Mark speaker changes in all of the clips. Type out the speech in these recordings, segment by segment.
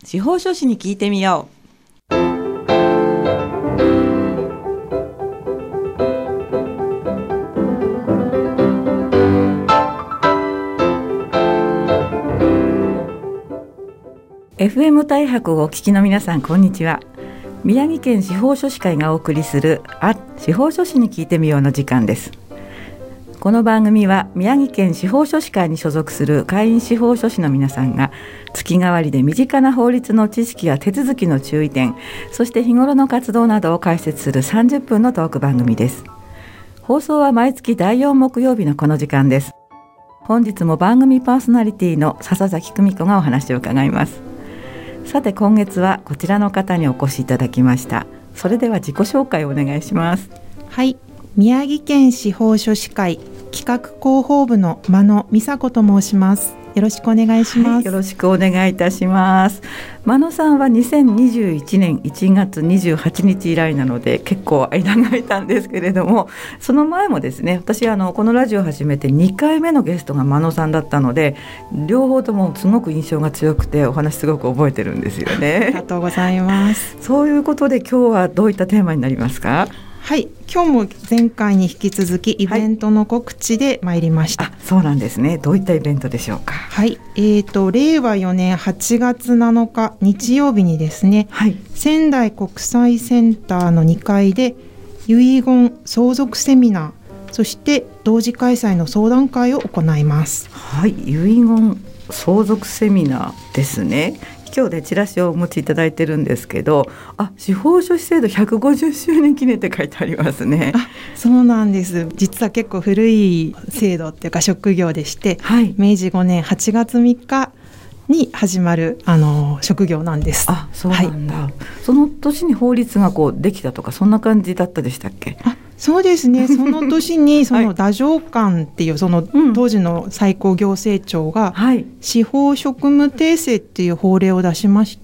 Speaker 1: 司法書士に聞いてみよう。FM 大白をお聞きの皆さん、こんにちは。宮城県司法書士会がお送りする司法書士に聞いてみようの時間です。この番組は宮城県司法書士会に所属する会員司法書士の皆さんが月替わりで身近な法律の知識や手続きの注意点、そして日頃の活動などを解説する30分のトーク番組です。放送は毎月第4木曜日のこの時間です。本日も番組パーソナリティの笹崎久美子がお話を伺います。さて、今月はこちらの方にお越しいただきました。それでは自己紹介をお願いします。
Speaker 2: はい、宮城県司法書士会企画広報部の間野美佐子と申します。よろしくお願いします。
Speaker 1: よろしくお願いいたします。間野さんは2021年1月28日以来なので結構間が空いたんですけれども、その前もですね、私このラジオを始めて2回目のゲストが間野さんだったので、両方ともすごく印象が強くてお話すごく覚えてるんですよね。
Speaker 2: ありがとうございます。
Speaker 1: そういうことで今日はどういったテーマになりますか？
Speaker 2: はい、今日も前回に引き続きイベントの告知で参りました。
Speaker 1: そうなんですね。どういったイベントでしょうか？
Speaker 2: はい、令和4年8月7日日曜日にですね、仙台国際センターの2階で遺言相続セミナー、そして同時開催の相談会を行います。
Speaker 1: はい、遺言相続セミナーですね。今日でチラシをお持ちいただいてるんですけど、司法書士制度150周年記念って書いてありますね。
Speaker 2: そうなんです。実は結構古い制度っていうか職業でして、明治5年8月3日に始まる職業なんです。
Speaker 1: そうなんだ。その年に法律ができたとかそんな感じだったでしたっけ？
Speaker 2: そうですね。その年にその太政官っていうその当時の最高行政庁が司法職務訂正っていう法令を出しまして、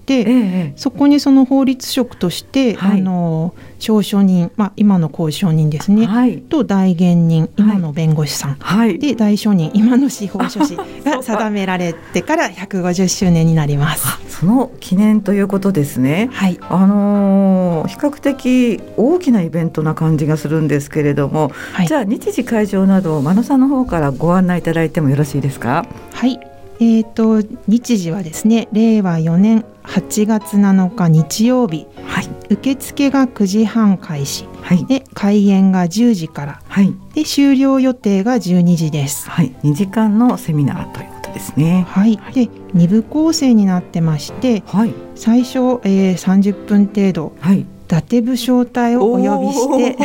Speaker 2: そこにその法律職として証書人、今の公証人ですね、と代言人、今の弁護士さん、で代書人、今の司法書士が定められてから150周年になります。
Speaker 1: その記念ということですね。比較的大きなイベントな感じがするんですけれども、じゃあ日時会場など間野さんの方からご案内いただいてもよろしいですか？
Speaker 2: はい、日時はですね、令和4年8月7日日曜日、受付が9時半開始、で開演が10時から、で終了予定が12時です。
Speaker 1: 2時間のセミナーということですね。
Speaker 2: で2部構成になってまして、最初、30分程度、伊達武将隊をお呼びして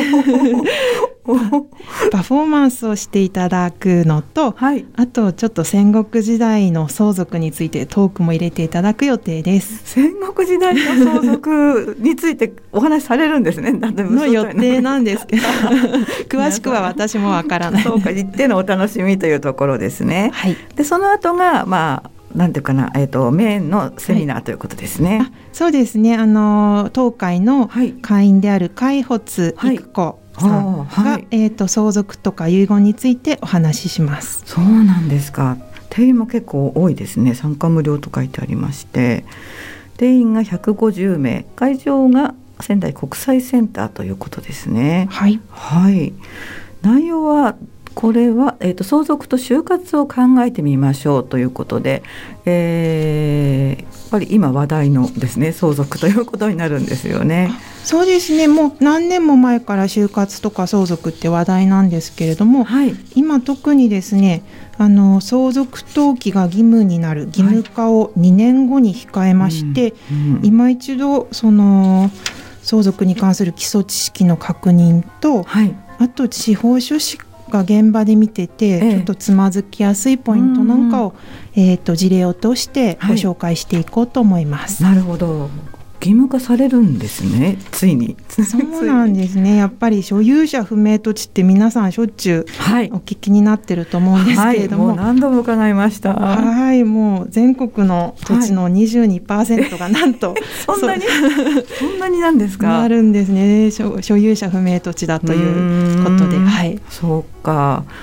Speaker 2: パフォーマンスをしていただくのと、あとちょっと戦国時代の相続についてトークも入れていただく予定です。
Speaker 1: 戦国時代の相続についてお話しされるんですね。
Speaker 2: の予定なんですけど詳しくは私もわからない。
Speaker 1: そうか、行ってのお楽しみというところですね。でその後がなんていうかな、メインのセミナーということですね。
Speaker 2: そうですね。当会の会員である海保育子さんが、相続とか遺言についてお話しします。
Speaker 1: そうなんですか。定員も結構多いですね。参加無料と書いてありまして、定員が150名、会場が仙台国際センターということですね。内容はこれは、相続と終活を考えてみましょうということで、やっぱり今話題のですね、相続ということになるんですよね。
Speaker 2: そうですね。もう何年も前から終活とか相続って話題なんですけれども、今特にですね、相続登記が義務になる義務化を2年後に控えまして、今一度その相続に関する基礎知識の確認と、あと司法書士が現場で見てて、ちょっとつまずきやすいポイントなんかを、事例を通してご紹介していこうと思います。
Speaker 1: なるほど。義務化されるんですね、ついに。
Speaker 2: そうなんですね。やっぱり所有者不明土地って皆さんしょっちゅうお聞きになってると思うんですけれども、
Speaker 1: もう何度も伺いました。
Speaker 2: もう全国の土地の 22% がなんと、
Speaker 1: そんなになんですか？
Speaker 2: なるんですね。所有者不明土地だということで。
Speaker 1: そうか。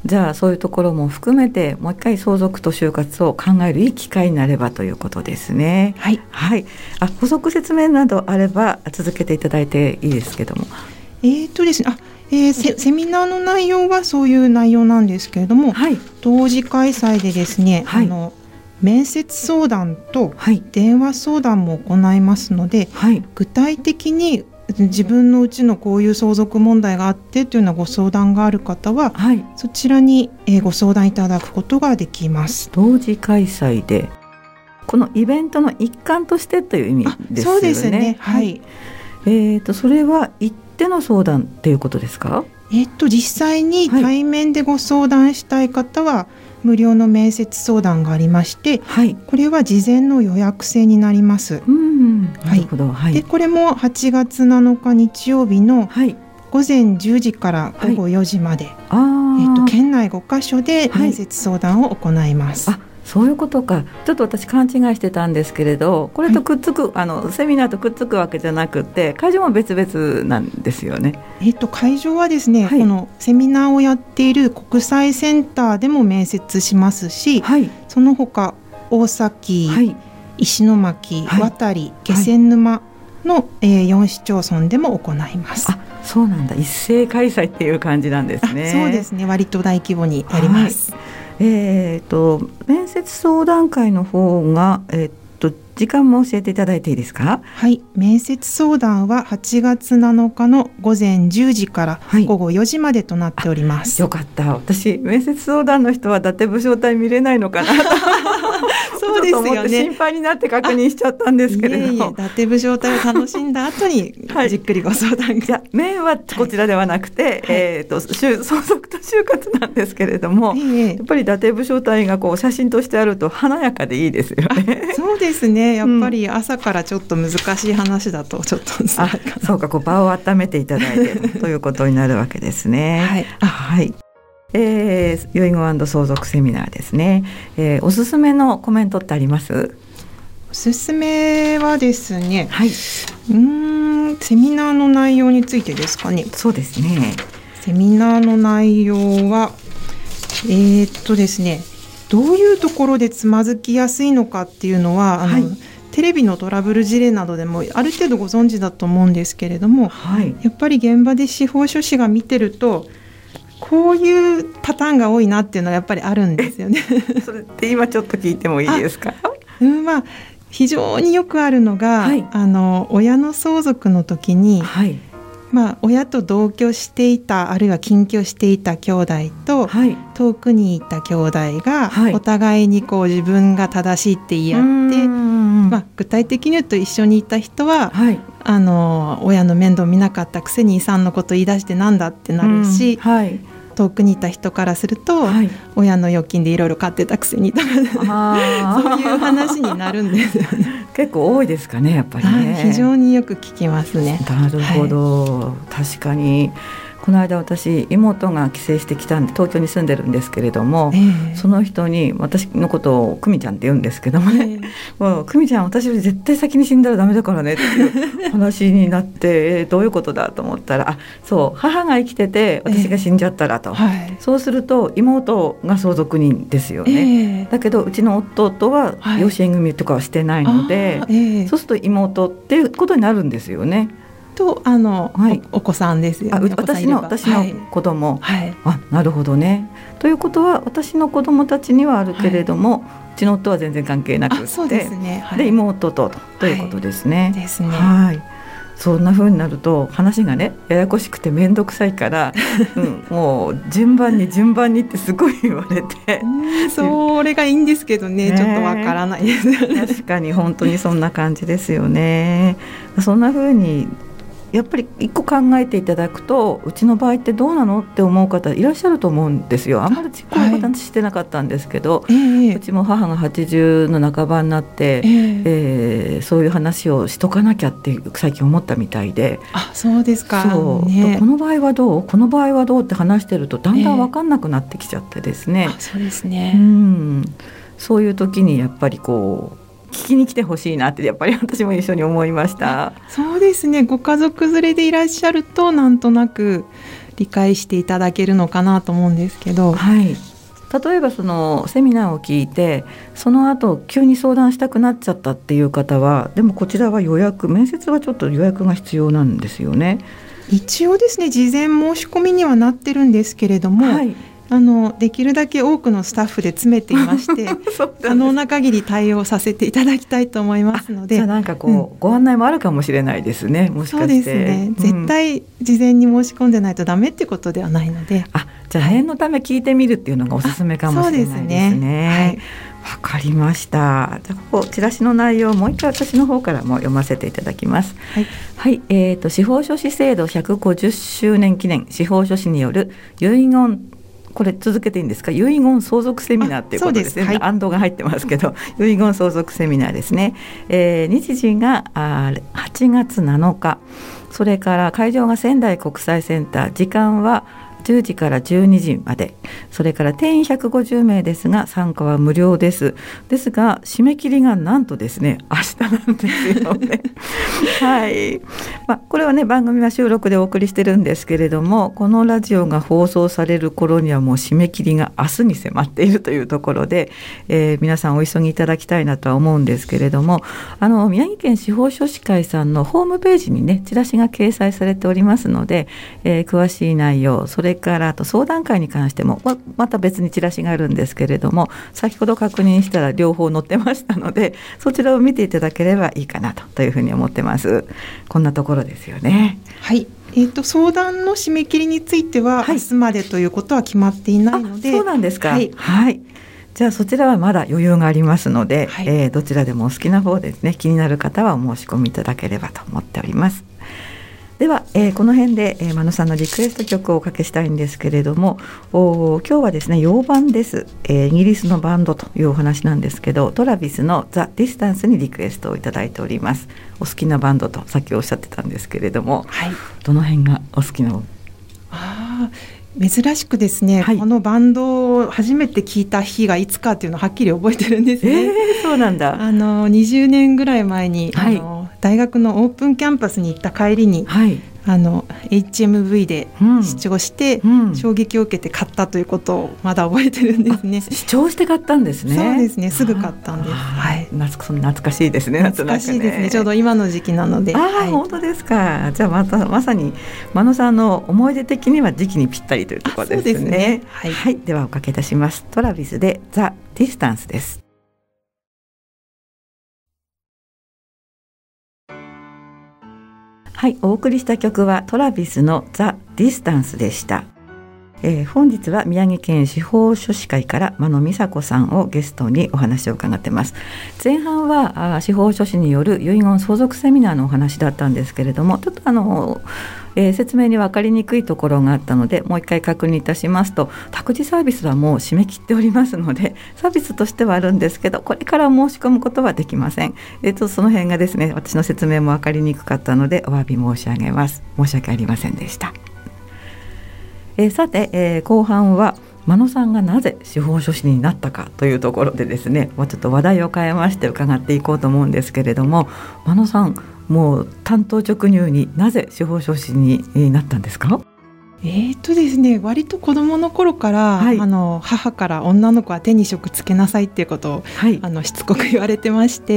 Speaker 1: じゃあそういうところも含めてもう一回相続と就活を考えるいい機会になればということですね。
Speaker 2: はい、
Speaker 1: はい、補足説明などあれば続けていただいていいですけども。
Speaker 2: ですね、セミナーの内容はそういう内容なんですけれども、はい、同時開催でですね、はい、面接相談と電話相談も行いますので、はい、具体的に自分のうちのこういう相続問題があってというようなご相談がある方は、はい、そちらにご相談いただくことができます。
Speaker 1: 同時開催でこのイベントの一環としてという意味ですよね。
Speaker 2: そうですね、はい、
Speaker 1: それは行っての相談っていうことですか？
Speaker 2: 実際に対面でご相談したい方は、無料の面接相談がありまして、はい、これは事前の予約制になります。
Speaker 1: なるほど、はい、
Speaker 2: でこれも8月7日日曜日の午前10時から午後4時まで、はい、県内5カ所で面接相談を行います。
Speaker 1: はい、そういうことか。ちょっと私勘違いしてたんですけれど、これとくっつく、はい、セミナーとくっつくわけじゃなくて会場も別々なんですよね。
Speaker 2: 会場はですね、はい、このセミナーをやっている国際センターでも面接しますし、はい、その他大崎、はい、石巻、はい、渡、気仙沼の、4市町村でも行います。
Speaker 1: そうなんだ、一斉開催っていう感じなんですね。
Speaker 2: そうですね、割と大規模にやります。はい、
Speaker 1: 面接相談会の方が、時間も教えていただいていいですか？
Speaker 2: はい、面接相談は8月7日の午前10時から午後4時までとなっております。
Speaker 1: よかった。私面接相談の人は伊達武将隊見れないのかなとそうですよね、心配になって確認しちゃったんですけれど、
Speaker 2: 伊達武将隊を楽しんだ後にじっくりご相談が、
Speaker 1: じゃ面はこちらではなくて、相続と就活なんですけれども、やっぱり伊達武将隊がこう写真としてあると華やかでいいですよね。
Speaker 2: そうですね、やっぱり朝からちょっと難しい話だとちょっと
Speaker 1: そうか、こう場を温めていただいてということになるわけですね。はい、はい、遺言&相続セミナーですね。おすすめのコメントってあります？
Speaker 2: おすすめはですね、はい、セミナーの内容についてですかね。
Speaker 1: そうですね、
Speaker 2: セミナーの内容はですね、どういうところでつまずきやすいのかっていうのははい、テレビのトラブル事例などでもある程度ご存知だと思うんですけれども、はい、やっぱり現場で司法書士が見てるとこういうパターンが多いなっていうのはやっぱりあるんですよね。
Speaker 1: それって今ちょっと聞いてもいいですか？
Speaker 2: 非常によくあるのが、はい、親の相続の時に、はい、親と同居していたあるいは近居していた兄弟と、はい、遠くにいた兄弟が、はい、お互いにこう自分が正しいって言い合って、具体的に言うと一緒にいた人は、はい、親の面倒見なかったくせに遺産のこと言い出してなんだってなるし、はい、遠くにいた人からすると、はい、親の預金でいろいろ買ってたくせにそういう話になるんですよね。
Speaker 1: 結構多いですかね、やっぱりね。
Speaker 2: 非常によく聞きますね。
Speaker 1: なるほど、はい、確かにこの間私妹が帰省してきたんで東京に住んでるんですけれども、その人に私のことを久美ちゃんって言うんですけどもね、もう久美ちゃん私より絶対先に死んだらダメだからねっていう話になってどういうことだと思ったら、そう母が生きてて私が死んじゃったらと、そうすると妹が相続人ですよね、だけどうちの夫は養子縁組とかはしてないので、そうすると妹っていうことになるんですよね。
Speaker 2: とはい、お子さんですよね。
Speaker 1: 私の子供、はい、なるほどね。ということは私の子供たちにはあるけれども、はい、うちの夫は全然関係なくて、
Speaker 2: そうですね、はい、
Speaker 1: で妹ということですね。
Speaker 2: ですね。
Speaker 1: はい。そんな風になると話がねややこしくて面倒くさいから、もう順番にってすごい言われて
Speaker 2: それがいいんですけどね、ちょっとわからないですよね。
Speaker 1: 確かに本当にそんな感じですよね。そんな風にやっぱり一個考えていただくと、うちの場合ってどうなのって思う方いらっしゃると思うんですよ。あんまりこういうことしてなかったんですけど、うちも母が80の半ばになって、そういう話をしとかなきゃって最近思ったみたいで。
Speaker 2: そうですか。
Speaker 1: そう、この場合はどうこの場合はどうって話してるとだんだん分かんなくなってきちゃってですね、
Speaker 2: そうですね、
Speaker 1: そういう時にやっぱりこう聞きに来てほしいなってやっぱり私も一緒に思いました。
Speaker 2: そうですね、ご家族連れでいらっしゃるとなんとなく理解していただけるのかなと思うんですけど、
Speaker 1: はい、例えばそのセミナーを聞いてその後急に相談したくなっちゃったっていう方は、でもこちらは面接はちょっと予約が必要なんですよね。
Speaker 2: 一応ですね、事前申し込みにはなってるんですけれども、はい、できるだけ多くのスタッフで詰めていまして可能な限り対応させていただきたいと思いますので、
Speaker 1: じゃあなんかご案内もあるかもしれないですね。もしかして。
Speaker 2: そうですね、絶対事前に申し込んでないとダメってことではないので、
Speaker 1: じゃあ念のため聞いてみるっていうのがおすすめかもしれないですね。
Speaker 2: そうですね、はい、
Speaker 1: わかりました。じゃあチラシの内容をもう一回私の方からも読ませていただきます。はい、司法書士制度150周年記念司法書士による遺言、これ続けていいんですか？遺言相続セミナーっていうことですね。はい、アンドが入ってますけど遺言相続セミナーですね。日時が8月7日、それから会場が仙台国際センター、時間は10時から12時まで、それから定員150名ですが参加は無料です。ですが締め切りがなんとですね、明日なんですよねはい、これはね、番組は収録でお送りしてるんですけれども、このラジオが放送される頃にはもう締め切りが明日に迫っているというところで、皆さんお急ぎいただきたいなとは思うんですけれども、宮城県司法書士会さんのホームページにねチラシが掲載されておりますので、詳しい内容、それからあと相談会に関しても また別にチラシがあるんですけれども、先ほど確認したら両方載ってましたので、そちらを見ていただければいいかなというふうに思ってます。こんなところですよね。
Speaker 2: はい、相談の締め切りについては、明日までということは決まっていないので。
Speaker 1: そうなんですか。
Speaker 2: はい、
Speaker 1: はい、じゃあそちらはまだ余裕がありますので、はい、どちらでもお好きな方ですね、気になる方はお申し込みいただければと思っております。では、この辺で、真野さんのリクエスト曲をおかけしたいんですけれども、今日はですね洋版です。イギリスのバンドというお話なんですけど、トラビスのザ・ディスタンスにリクエストをいただいております。お好きなバンドとさっきおっしゃってたんですけれども、はい、どの辺がお好きなの？
Speaker 2: 珍しくですね、はい、このバンドを初めて聞いた日がいつかっていうのをはっきり覚えてるんですね。
Speaker 1: そうなんだ。
Speaker 2: 20年ぐらい前に、はい、大学のオープンキャンパスに行った帰りに、はい、HMV で視聴して、衝撃を受けて買ったということをまだ覚えてるんですね。
Speaker 1: 視聴して買ったんですね。
Speaker 2: そうですね、すぐ買ったんです。はい、
Speaker 1: 懐かしいですね。
Speaker 2: 懐かしいですね。ちょうど今の時期なので。
Speaker 1: はい、本当ですか。じゃあまさに真野さんの思い出的には時期にぴったりというところですね。
Speaker 2: そうですね。
Speaker 1: はい、はい、ではおかけいたします。トラビスでザ・ディスタンスです。はい、お送りした曲はトラビスのザ・ディスタンスでした。本日は宮城県司法書士会から真野美佐子さんをゲストにお話を伺ってます。前半は司法書士による遺言相続セミナーのお話だったんですけれども、ちょっと説明に分かりにくいところがあったのでもう一回確認いたしますと、託児サービスはもう締め切っておりますので、サービスとしてはあるんですけどこれから申し込むことはできません。その辺がですね、私の説明も分かりにくかったのでお詫び申し上げます。申し訳ありませんでした。さて、後半は真野さんがなぜ司法書士になったかというところでですね、ちょっと話題を変えまして伺っていこうと思うんですけれども、真野さんもう単刀直入になぜ司法書士になったんですか？
Speaker 2: ですね、割と子どもの頃から、はい、母から女の子は手に職つけなさいっていうことを、はい、しつこく言われてまして、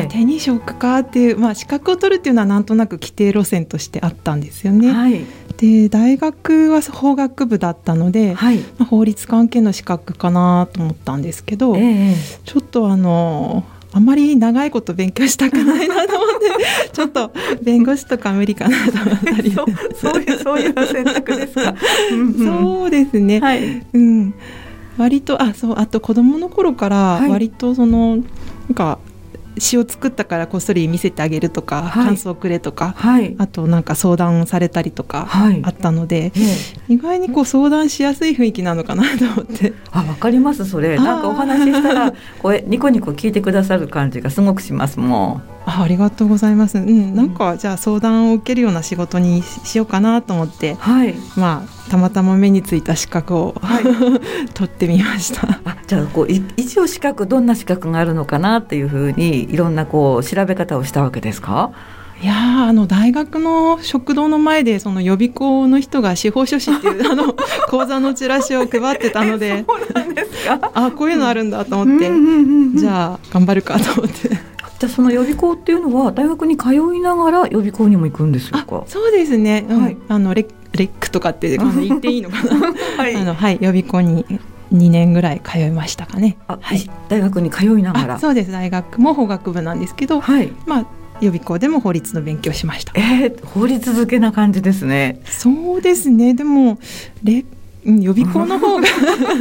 Speaker 2: 手に職かっていう、資格を取るっていうのはなんとなく規定路線としてあったんですよね。はい、で大学は法学部だったので、はい、法律関係の資格かなと思ったんですけど、ちょっとあまり長いこと勉強したくないなと思ってちょっと弁護士とか無理かなと思ったり
Speaker 1: そういう選択ですか？
Speaker 2: そうですね、はい、割とあと子どもの頃から割となんか詩を作ったからこっそり見せてあげるとか、感想くれとか、あとなんか相談されたりとかあったので、意外に相談しやすい雰囲気なのかなと思って。
Speaker 1: わかります。それなんかお話ししたらニコニコ聞いてくださる感じがすごくしますもん。
Speaker 2: ありがとうございます。なんかじゃあ相談を受けるような仕事にしようかなと思って、たまたま目についた資格を、取ってみました。
Speaker 1: じゃあ一応資格、どんな資格があるのかなっていうふうにいろんな調べ方をしたわけですか？
Speaker 2: いや大学の食堂の前でその予備校の人が司法書士っていう講座のチラシを配ってたので
Speaker 1: そうなんですか。
Speaker 2: こういうのあるんだと思って、じゃあ頑張るかと思って。
Speaker 1: じゃあその予備校っていうのは大学に通いながら予備校にも行くんでしょうか。
Speaker 2: そうですね、レックとかって言っていいのかなはい、予備校に2年ぐらい通いましたかね。
Speaker 1: 大学に通いながら。
Speaker 2: そうです、大学も法学部なんですけど、予備校でも法律の勉強しました。
Speaker 1: 法律漬けな感じですね。
Speaker 2: そうですね、でも予備校の方が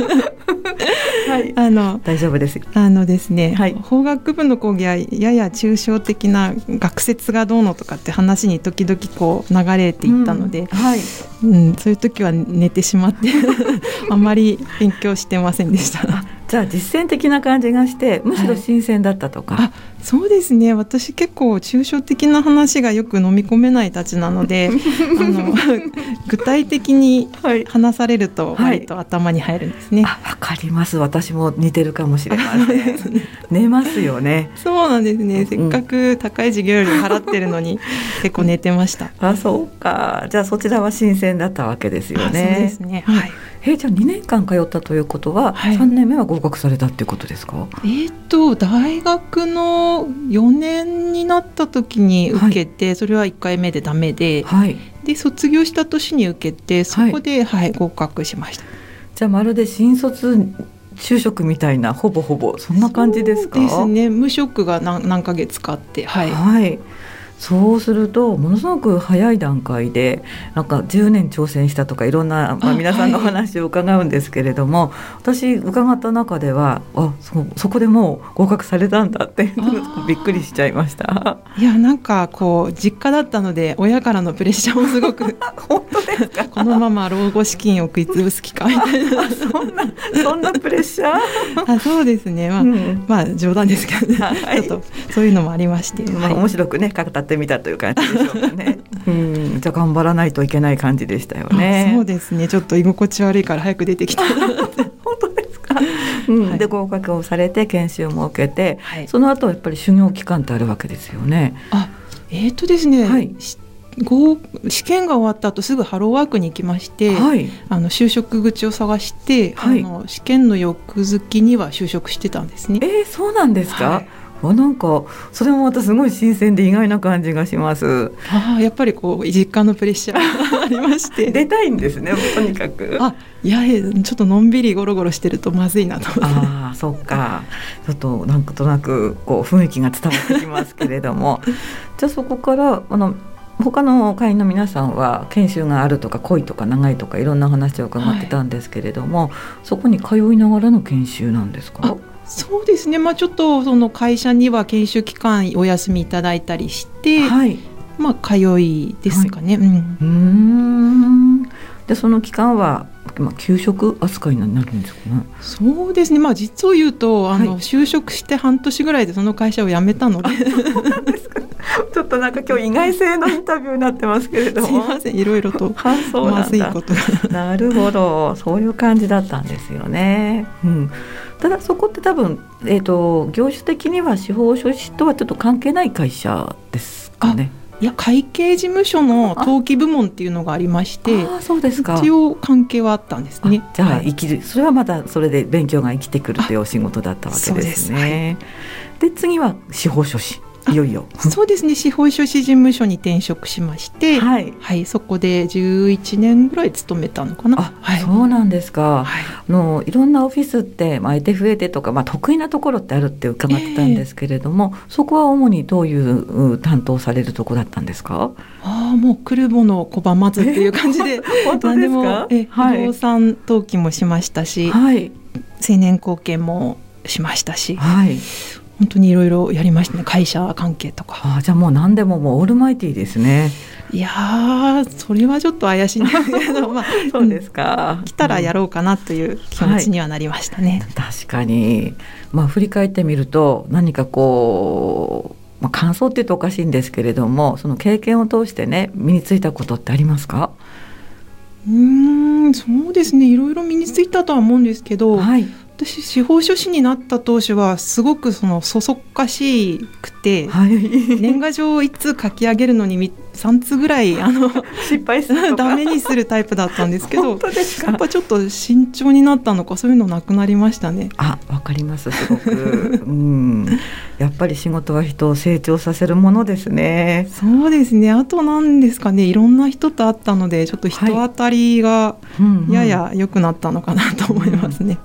Speaker 1: 大丈夫です。
Speaker 2: ですね、法学部の講義はやや抽象的な学説がどうのとかって話に時々こう流れていったので、そういう時は寝てしまってあまり勉強してませんでした。
Speaker 1: じゃあ実践的な感じがしてむしろ新鮮だったとか。
Speaker 2: そうですね、私結構抽象的な話がよく飲み込めないたちなので具体的に話されると割と頭に入るんですね。
Speaker 1: わかります。私も似てるかもしれません。寝ますよね。
Speaker 2: そうなんですね、せっかく高い授業料払ってるのに結構寝てました。
Speaker 1: そうか。じゃあそちらは新鮮だったわけですよね。
Speaker 2: そうですね、
Speaker 1: じゃあ2年間通ったということは、3年目は合格されたっていうことですか。
Speaker 2: 大学の4年になった時に受けて、それは1回目でダメで、で卒業した年に受けてそこで、合格しました。
Speaker 1: じゃあまるで新卒就職みたいな、ほぼほぼそんな感じですか。
Speaker 2: そうですね、無職が 何ヶ月かあって、
Speaker 1: そうするとものすごく早い段階でなんか10年挑戦したとかいろんな、皆さんの話を伺うんですけれども、私伺った中ではそこでもう合格されたんだってびっくりしちゃいました。
Speaker 2: いや、なんかこう実家だったので親からのプレッシャーもすごく
Speaker 1: 本当ですか。
Speaker 2: このまま老後資金を食い潰す気かみたいな
Speaker 1: そんなプレッシャー
Speaker 2: そうですね、冗談ですけどね、ちょっとそういうのもありまして、
Speaker 1: 面白くね語ってみたという感じでしょうかね。じゃあ頑張らないといけない感じでしたよね。
Speaker 2: そうですね、ちょっと居心地悪いから早く出てきたなって
Speaker 1: 本当ですか。で合格をされて研修も受けて、その後やっぱり修行期間ってあるわけですよね。
Speaker 2: ですね、試験が終わった後すぐハローワークに行きまして、就職口を探して、試験の翌月には就職してたんですね。
Speaker 1: そうなんですか。なんかそれもまたすごい新鮮で意外な感じがします。
Speaker 2: やっぱりこう実家のプレッシャーがありまして
Speaker 1: 出たいんですね、とにかく。
Speaker 2: ちょっとのんびりゴロゴロしてるとまずいなと思って。
Speaker 1: そうか。ちょっとなんとなくこう雰囲気が伝わってきますけれどもじゃあそこから他の会員の皆さんは研修があるとか濃いとか長いとかいろんな話を伺ってたんですけれども、そこに通いながらの研修なんですか。
Speaker 2: そうですね、ちょっとその会社には研修期間お休みいただいたりして、通いですかね。
Speaker 1: でその期間は、休職扱いになるんですかね。
Speaker 2: そうですね、実を言うと就職して半年ぐらいでその会社を辞めたので
Speaker 1: そうなんですか。ちょっとなんか今日意外性のインタビューになってますけれども、
Speaker 2: すいません、いろいろとまずいことが
Speaker 1: なるほど、そういう感じだったんですよね。ただそこって多分、業種的には司法書士とはちょっと関係ない会社ですかね。
Speaker 2: いや、会計事務所の登記部門っていうのがありまして、
Speaker 1: そうですか。
Speaker 2: 一応関係はあったんですね。
Speaker 1: じゃあそれはまたそれで勉強が生きてくるというお仕事だったわけですね。で次は司法書士、いよいよ
Speaker 2: そうですね、司法書士事務所に転職しまして、そこで11年ぐらい勤めたのかな。
Speaker 1: そうなんですか。いろんなオフィスって、得手不得手とか、得意なところってあるって伺ってたんですけれども、そこは主にどういう担当されるところだったんですか。
Speaker 2: もう来るものを拒まずっていう感じで
Speaker 1: 本当ですか。
Speaker 2: 不動産登記もしましたし、青年後見もしましたし、本当にいろいろやりましたね、会社関係とか。
Speaker 1: じゃあもう何でもオールマイティーですね。
Speaker 2: いやそれはちょっと怪しいんですけど
Speaker 1: そうですか。
Speaker 2: 来たらやろうかなという気持ちにはなりましたね。
Speaker 1: 確かに、振り返ってみると何かこう、感想って言うとおかしいんですけれども、その経験を通してね身についたことってありますか。
Speaker 2: そうですね、いろいろ身についたとは思うんですけど、 私司法書士になった当初はすごくそそっかしくて、はい、年賀状を1通書き上げるのに3通ぐらい
Speaker 1: 失敗するとか
Speaker 2: ダメにするタイプだったんですけど
Speaker 1: 本当ですか。
Speaker 2: やっぱちょっと慎重になったのかそういうのなくなりましたね。
Speaker 1: わかりますすごく、やっぱり仕事は人を成長させるものですね。
Speaker 2: そうですね。あとなんですかね、いろんな人と会ったのでちょっと人当たりがやや良くなったのかなと思いますね。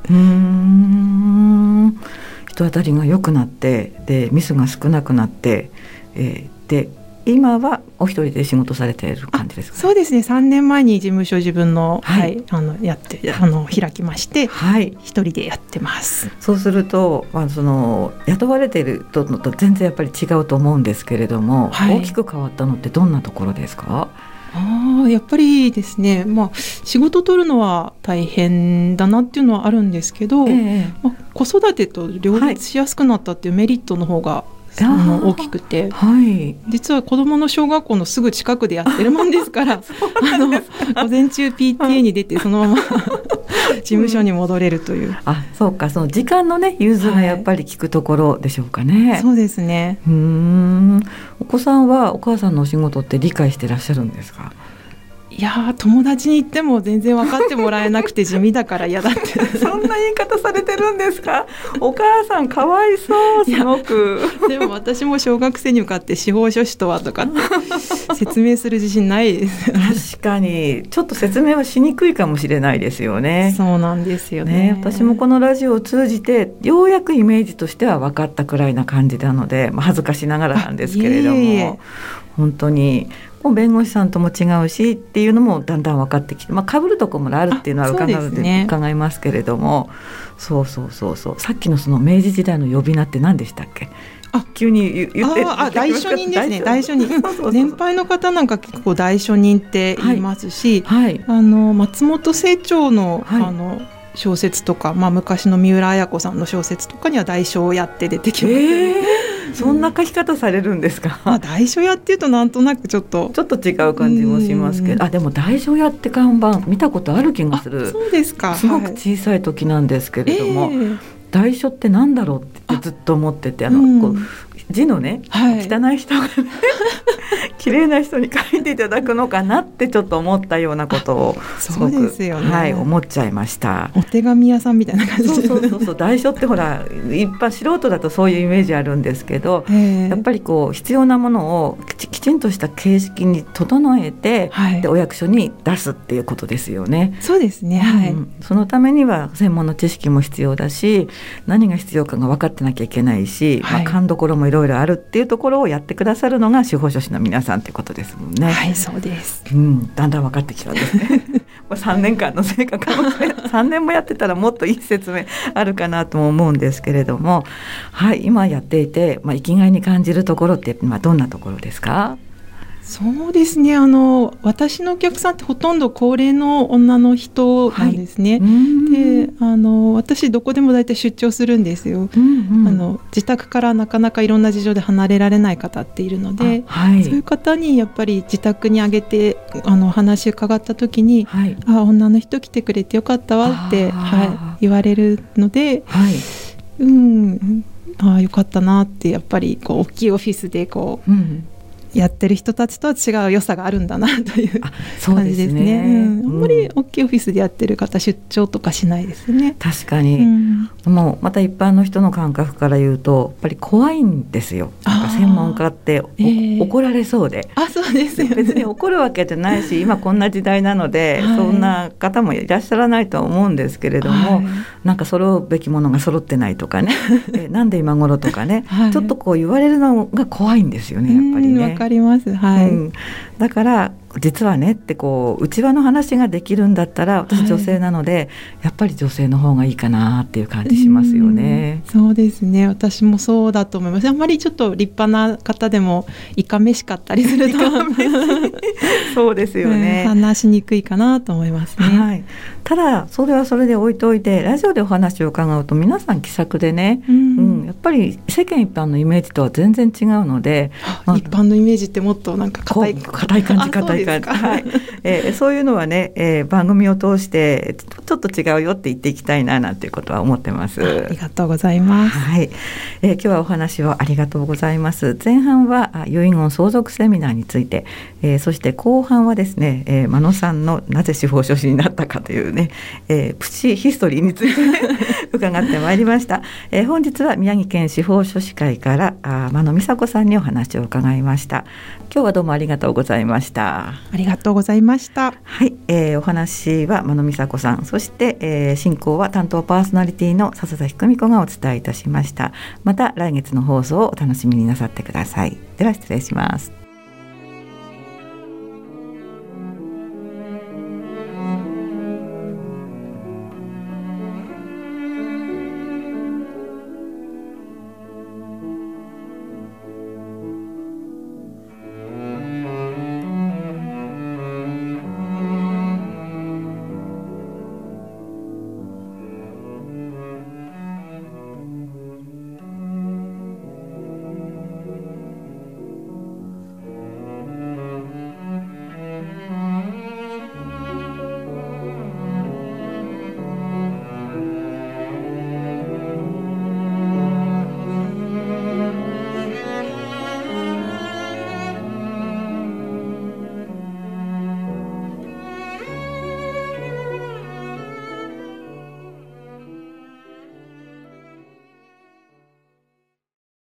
Speaker 1: 人当たりが良くなってでミスが少なくなって、で今はお一人で仕事されている感じですか。
Speaker 2: そうですね。3年前に事務所自分の、やって開きまして、一人でやってます。
Speaker 1: そうすると、雇われているのと全然やっぱり違うと思うんですけれども、大きく変わったのってどんなところですか。
Speaker 2: やっぱりですね、仕事取るのは大変だなっていうのはあるんですけど、子育てと両立しやすくなったっていうメリットの方が大きくて、実は子どもの小学校のすぐ近くでやってるもんですから午前中 PTA に出てそのまま事務所に戻れるという、
Speaker 1: そうか、その時間のね融通がやっぱり効くところでしょうかね。
Speaker 2: そうですね。
Speaker 1: お子さんはお母さんのお仕事って理解してらっしゃるんですか。
Speaker 2: いや友達に言っても全然分かってもらえなくて地味だから嫌だって
Speaker 1: そんな言い方されてるんですか。お母さんかわいそうすごく。
Speaker 2: でも私も小学生に向かって司法書士とはとかって説明する自信ないです
Speaker 1: 確かにちょっと説明はしにくいかもしれないですよね。
Speaker 2: そうなんですよね。
Speaker 1: 私もこのラジオを通じてようやくイメージとしては分かったくらいな感じなので、恥ずかしながらなんですけれども、本当に弁護士さんとも違うしっていうのもだんだん分かってきて、被るところもあるっていうのは伺いますけれども、そうさっきのその明治時代の呼び名って何でしたっけ。急に言って
Speaker 2: 大書人ですね。大書人年配の方なんか結構大書人って言いますし、松本清張の、小説とか、昔の三浦綾子さんの小説とかには大書屋って出てきます、
Speaker 1: そんな書き方されるんですか。
Speaker 2: 大書屋っていうとなんとなくちょっと
Speaker 1: 違う感じもしますけど、でも大書屋って看板見たことある気がする。
Speaker 2: そうですか。
Speaker 1: すごく小さい時なんですけれども、大書ってなんだろうってずっと思ってて、こう字のね、汚い人が綺麗な人に書いていただくのかなってちょっと思ったようなことをすごく、
Speaker 2: そうですよね、
Speaker 1: 思っちゃいました。
Speaker 2: お手紙屋さんみたいな感じで。
Speaker 1: そう大書ってほら一般素人だとそういうイメージあるんですけど、やっぱりこう必要なものをきちんとした形式に整えて、でお役所に出すっていうことですよね。
Speaker 2: そうですね、
Speaker 1: そのためには専門の知識も必要だし、何が必要かが分かってなきゃいけないし、勘どころもいろいろあるっていうところをやってくださるのが司法書士の皆さんってことですもんね。
Speaker 2: そうです、
Speaker 1: だんだん分かってきたんですね3年間の成果かもしれない3年もやってたらもっといい説明あるかなとも思うんですけれども、今やっていて、生きがいに感じるところってどんなところですか。
Speaker 2: そうですね、私のお客さんってほとんど高齢の女の人なんですね、で私どこでも大体出張するんですよ、自宅からなかなかいろんな事情で離れられない方っているので、そういう方にやっぱり自宅にあげて話伺った時に、女の人来てくれてよかったわって、言われるので、よかったなって、やっぱりこう大きいオフィスでこう、やってる人たちとは違う良さがあるんだなという感じですね。あんまり大きいオフィスでやってる方、出張とかしないですね。
Speaker 1: 確かに、もうまた一般の人の感覚から言うとやっぱり怖いんですよ。なんか専門家って怒られそうで、
Speaker 2: そうですよね、
Speaker 1: 別に怒るわけじゃないし、今こんな時代なので、そんな方もいらっしゃらないとは思うんですけれども、なんか揃うべきものが揃ってないとかねなんで今頃とかね、ちょっとこう言われるのが怖いんですよね、やっぱりね。
Speaker 2: わかります、
Speaker 1: だから実はねってこう内輪の話ができるんだったら、私女性なので、やっぱり女性の方がいいかなっていう感じしますよね。
Speaker 2: そうですね、私もそうだと思います。あんまりちょっと立派な方でもいかめしかったりすると
Speaker 1: そうですよね、
Speaker 2: 話しにくいかなと思いますね。
Speaker 1: ただそれはそれで置いといて、ラジオでお話を伺うと皆さん気さくでね、やっぱり世間一般のイメージとは全然違うので、
Speaker 2: 一般のイメージってもっとなんか硬い
Speaker 1: 感じいう感じ、はい、そういうのはね、番組を通してちょっと違うよって言っていきたいななんていうことは思ってます。
Speaker 2: ありがとうございます。
Speaker 1: はい、今日はお話をありがとうございます。前半は遺言相続セミナーについて、そして後半はですね、真野さんのなぜ司法書士になったかというね、プチヒストリーについて伺ってまいりました。本日は宮城県司法書士会から真野美佐子さんにお話を伺いました。今日はどうもありがとうございました。
Speaker 2: ありがとうございました。
Speaker 1: はい、お話は真野美佐子さん、そして、進行は担当パーソナリティの笹崎久美子がお伝えいたしました。また来月の放送をお楽しみになさってください。では失礼します。